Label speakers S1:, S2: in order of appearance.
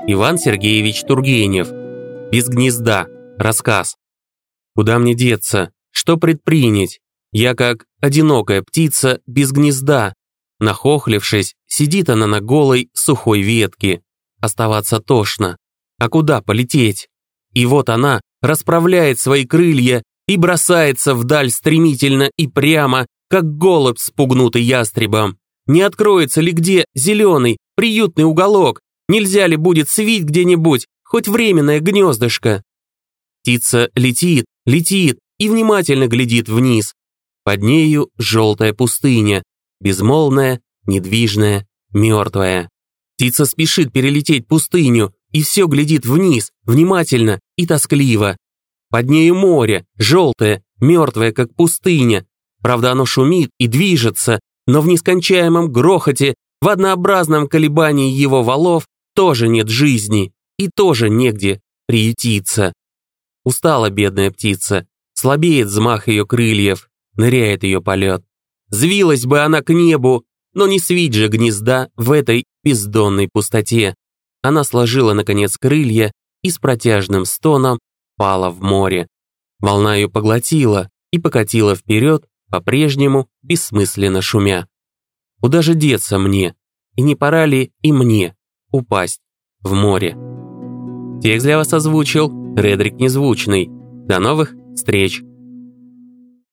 S1: Иван Сергеевич Тургенев. Без гнезда. Рассказ. Куда мне деться? Что предпринять? Я как одинокая птица без гнезда. Нахохлившись, сидит она на голой сухой ветке. Оставаться тошно. А куда полететь? И вот она расправляет свои крылья и бросается вдаль стремительно и прямо, как голубь, спугнутый ястребом. Не откроется ли где зеленый, приютный уголок? Нельзя ли будет свить где-нибудь, хоть временное гнездышко? Птица летит, летит и внимательно глядит вниз. Под нею желтая пустыня, безмолвная, недвижная, мертвая. Птица спешит перелететь пустыню и все глядит вниз, внимательно и тоскливо. Под нею море, желтое, мертвое, как пустыня. Правда, оно шумит и движется, но в нескончаемом грохоте, в однообразном колебании его валов тоже нет жизни и тоже негде приютиться. Устала бедная птица, слабеет взмах ее крыльев, ныряет ее полет. Взвилась бы она к небу, но не свить же гнезда в этой бездонной пустоте. Она сложила, наконец, крылья и с протяжным стоном пала в море. Волна ее поглотила и покатила вперед, по-прежнему бессмысленно шумя. Куда же деться мне? И не пора ли и мне упасть в море? Текст для вас озвучил Редрик Незвучный. До новых встреч!